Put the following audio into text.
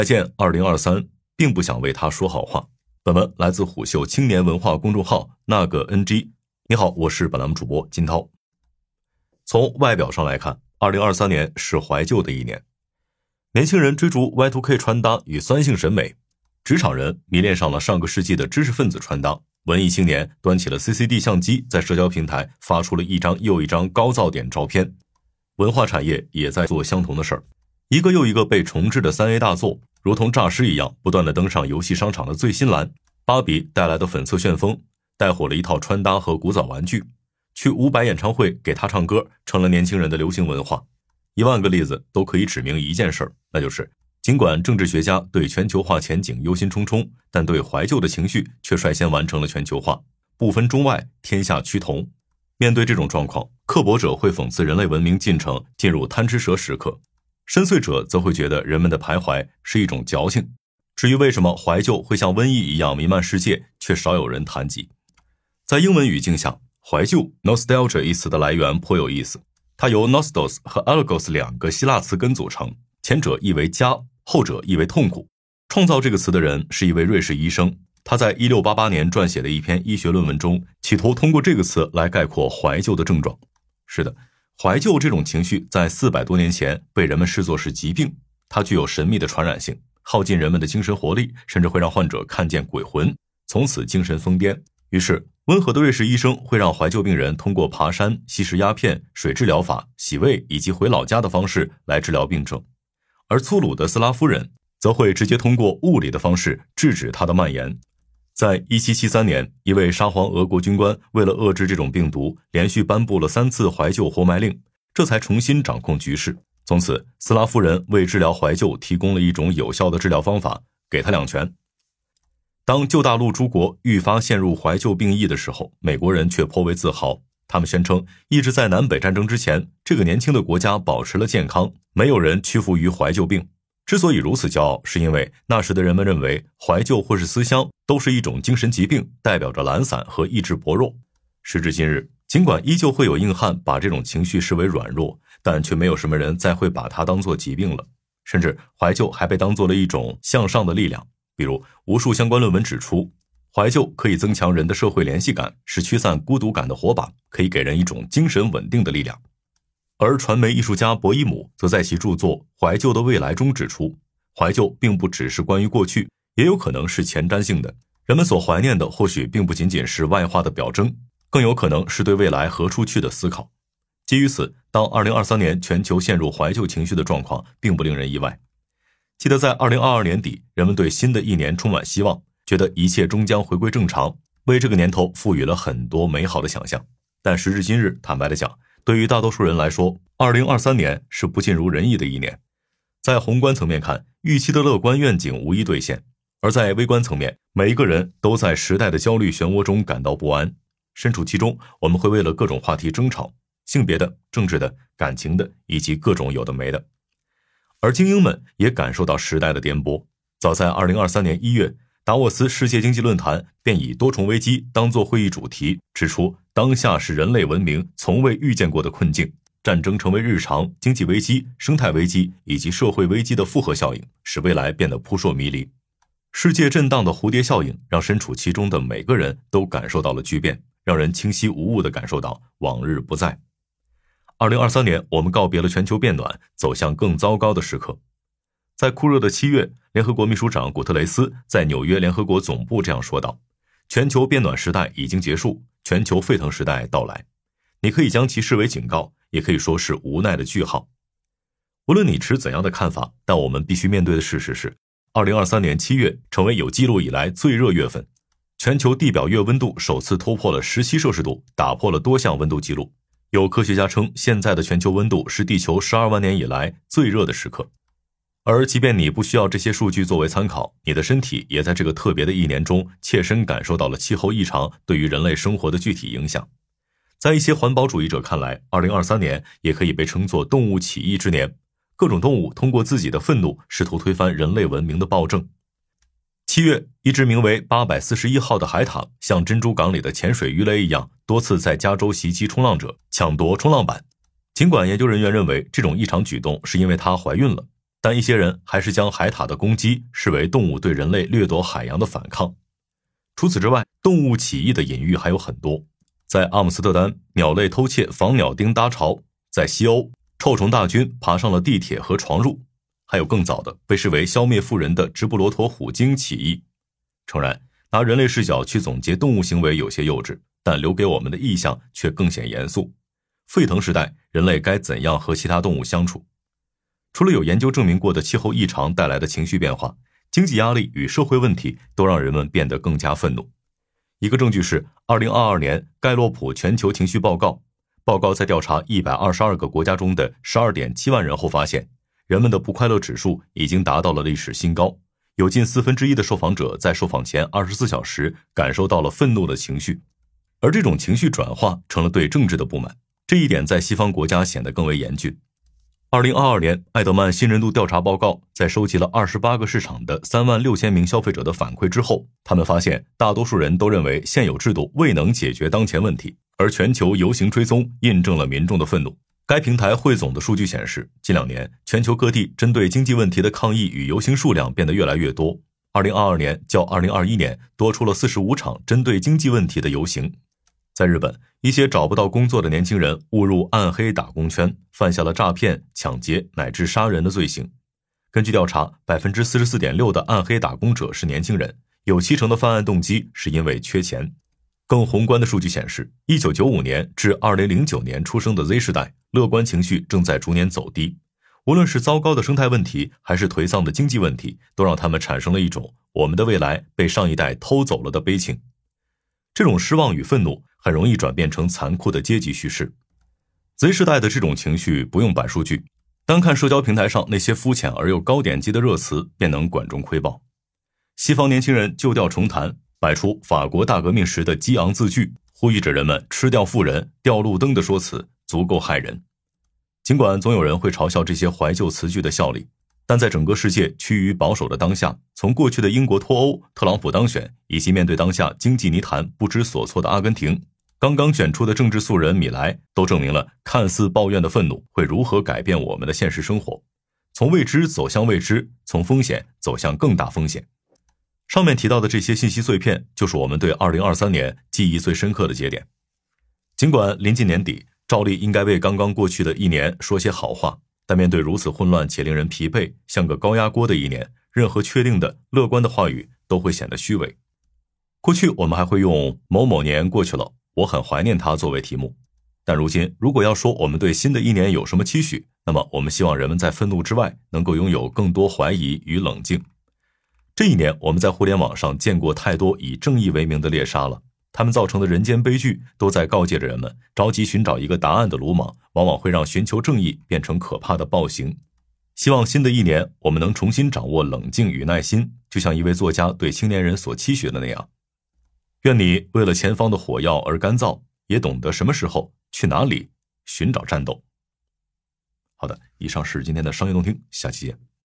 再见2023，并不想为他说好话。本文来自虎嗅青年文化公众号那个 NG。 你好，我是本栏目主播金涛。从外表上来看，2023年是怀旧的一年。年轻人追逐 Y2K 穿搭与酸性审美，职场人迷恋上了上个世纪的知识分子穿搭，文艺青年端起了 CCD 相机，在社交平台发出了一张又一张高噪点照片。文化产业也在做相同的事儿，一个又一个被重制的 3A 大作如同诈尸一样不断地登上游戏商场的最新栏。芭比带来的粉色旋风带火了一套穿搭和古早玩具，去伍佰演唱会给他唱歌成了年轻人的流行文化。10000个例子都可以指明一件事儿，那就是尽管政治学家对全球化前景忧心忡忡，但对怀旧的情绪却率先完成了全球化，不分中外，天下趋同。面对这种状况，刻薄者会讽刺人类文明进程进入贪吃蛇时刻，深邃者则会觉得人们的徘徊是一种矫情。至于为什么怀旧会像瘟疫一样弥漫世界，却少有人谈及。在英文语境下，怀旧 nostalgia 一词的来源颇有意思，它由 nostos 和 algos 两个希腊词根组成，前者意为家，后者意为痛苦。创造这个词的人是一位瑞士医生，他在1688年撰写的一篇医学论文中，企图通过这个词来概括怀旧的症状。是的，怀旧这种情绪在400多年前被人们视作是疾病，它具有神秘的传染性，耗尽人们的精神活力，甚至会让患者看见鬼魂，从此精神疯癫。于是温和的瑞士医生会让怀旧病人通过爬山、吸食鸦片、水质疗法、洗胃以及回老家的方式来治疗病症，而粗鲁的斯拉夫人则会直接通过物理的方式制止它的蔓延。在1773年，一位沙皇俄国军官为了遏制这种病毒，连续颁布了3次怀旧活埋令，这才重新掌控局势。从此，斯拉夫人为治疗怀旧提供了一种有效的治疗方法，给他2拳。当旧大陆诸国愈发陷入怀旧病疫的时候，美国人却颇为自豪。他们宣称，一直在南北战争之前，这个年轻的国家保持了健康，没有人屈服于怀旧病。之所以如此骄傲，是因为那时的人们认为怀旧或是思乡都是一种精神疾病，代表着懒散和意志薄弱。时至今日，尽管依旧会有硬汉把这种情绪视为软弱，但却没有什么人再会把它当作疾病了。甚至怀旧还被当作了一种向上的力量。比如无数相关论文指出，怀旧可以增强人的社会联系感，是驱散孤独感的火把，可以给人一种精神稳定的力量。而传媒艺术家博伊姆则在其著作《怀旧的未来》中指出，怀旧并不只是关于过去，也有可能是前瞻性的。人们所怀念的或许并不仅仅是外化的表征，更有可能是对未来何处去的思考。基于此，当2023年全球陷入怀旧情绪的状况并不令人意外。记得在2022年底，人们对新的一年充满希望，觉得一切终将回归正常，为这个年头赋予了很多美好的想象。但时至今日，坦白地讲，对于大多数人来说，2023年是不尽如人意的一年。在宏观层面看，预期的乐观愿景无一兑现，而在微观层面，每一个人都在时代的焦虑漩涡中感到不安。身处其中，我们会为了各种话题争吵，性别的、政治的、感情的，以及各种有的没的。而精英们也感受到时代的颠簸。早在2023年1月，达沃斯世界经济论坛便以多重危机当作会议主题，指出当下是人类文明从未遇见过的困境，战争成为日常，经济危机、生态危机以及社会危机的复合效应，使未来变得扑朔迷离。世界震荡的蝴蝶效应让身处其中的每个人都感受到了巨变，让人清晰无误地感受到往日不再。2023年，我们告别了全球变暖，走向更糟糕的时刻。在酷热的7月，联合国秘书长古特雷斯在纽约联合国总部这样说道：全球变暖时代已经结束，全球沸腾时代到来。你可以将其视为警告，也可以说是无奈的句号。无论你持怎样的看法，但我们必须面对的事实是，2023年7月成为有记录以来最热月份，全球地表月温度首次突破了17摄氏度，打破了多项温度记录。有科学家称，现在的全球温度是地球12万年以来最热的时刻。而即便你不需要这些数据作为参考，你的身体也在这个特别的一年中切身感受到了气候异常对于人类生活的具体影响。在一些环保主义者看来，2023年也可以被称作动物起义之年，各种动物通过自己的愤怒试图推翻人类文明的暴政。7月，一只名为841号的海獭像珍珠港里的潜水鱼雷一样，多次在加州袭击冲浪者，抢夺冲浪板。尽管研究人员认为这种异常举动是因为她怀孕了， 但一些人还是将海獭的攻击视为动物对人类掠夺海洋的反抗。除此之外，动物起义的隐喻还有很多。在阿姆斯特丹，鸟类偷窃防鸟钉搭巢；在西欧，臭虫大军爬上了地铁和床褥；还有更早的被视为消灭富人的直布罗陀虎鲸起义。诚然，拿人类视角去总结动物行为有些幼稚，但留给我们的意象却更显严肃。沸腾时代，人类该怎样和其他动物相处？除了有研究证明过的气候异常带来的情绪变化，经济压力与社会问题都让人们变得更加愤怒。一个证据是2022年盖洛普全球情绪报告，报告在调查122个国家中的 12.7 万人后发现，人们的不快乐指数已经达到了历史新高，有近1/4的受访者在受访前24小时感受到了愤怒的情绪，而这种情绪转化成了对政治的不满，这一点在西方国家显得更为严峻。2022年艾德曼信任度调查报告在收集了28个市场的36000名消费者的反馈之后，他们发现大多数人都认为现有制度未能解决当前问题，而全球游行追踪印证了民众的愤怒。该平台汇总的数据显示，近2年全球各地针对经济问题的抗议与游行数量变得越来越多。2022年较2021年多出了45场针对经济问题的游行。在日本，一些找不到工作的年轻人误入暗黑打工圈，犯下了诈骗、抢劫乃至杀人的罪行。根据调查， 44.6% 的暗黑打工者是年轻人，有70%的犯案动机是因为缺钱。更宏观的数据显示，1995年至2009年出生的 Z 世代，乐观情绪正在逐年走低。无论是糟糕的生态问题，还是颓丧的经济问题，都让他们产生了一种我们的未来被上一代偷走了的悲情。这种失望与愤怒很容易转变成残酷的阶级叙事。Z 世代的这种情绪不用摆数据，单看社交平台上那些肤浅而又高点击的热词便能管中窥豹。西方年轻人旧调重弹，摆出法国大革命时的激昂字句，呼吁着人们吃掉富人、掉路灯的说辞，足够骇人。尽管总有人会嘲笑这些怀旧词句的效力，但在整个世界趋于保守的当下，从过去的英国脱欧、特朗普当选，以及面对当下经济泥潭不知所措的阿根廷，刚刚选出的政治素人米莱都证明了看似抱怨的愤怒会如何改变我们的现实生活，从未知走向未知，从风险走向更大风险。上面提到的这些信息碎片，就是我们对2023年记忆最深刻的节点。尽管临近年底，照例应该为刚刚过去的一年说些好话，但面对如此混乱且令人疲惫，像个高压锅的一年，任何确定的乐观的话语都会显得虚伪。过去我们还会用某某年过去了，我很怀念它作为题目，但如今如果要说我们对新的一年有什么期许，那么我们希望人们在愤怒之外能够拥有更多怀疑与冷静。这一年我们在互联网上见过太多以正义为名的猎杀了，他们造成的人间悲剧都在告诫着人们，着急寻找一个答案的鲁莽往往会让寻求正义变成可怕的暴行。希望新的一年我们能重新掌握冷静与耐心，就像一位作家对青年人所期许的那样。愿你为了前方的火药而干燥，也懂得什么时候去哪里寻找战斗。好的，以上是今天的商业动听，下期见。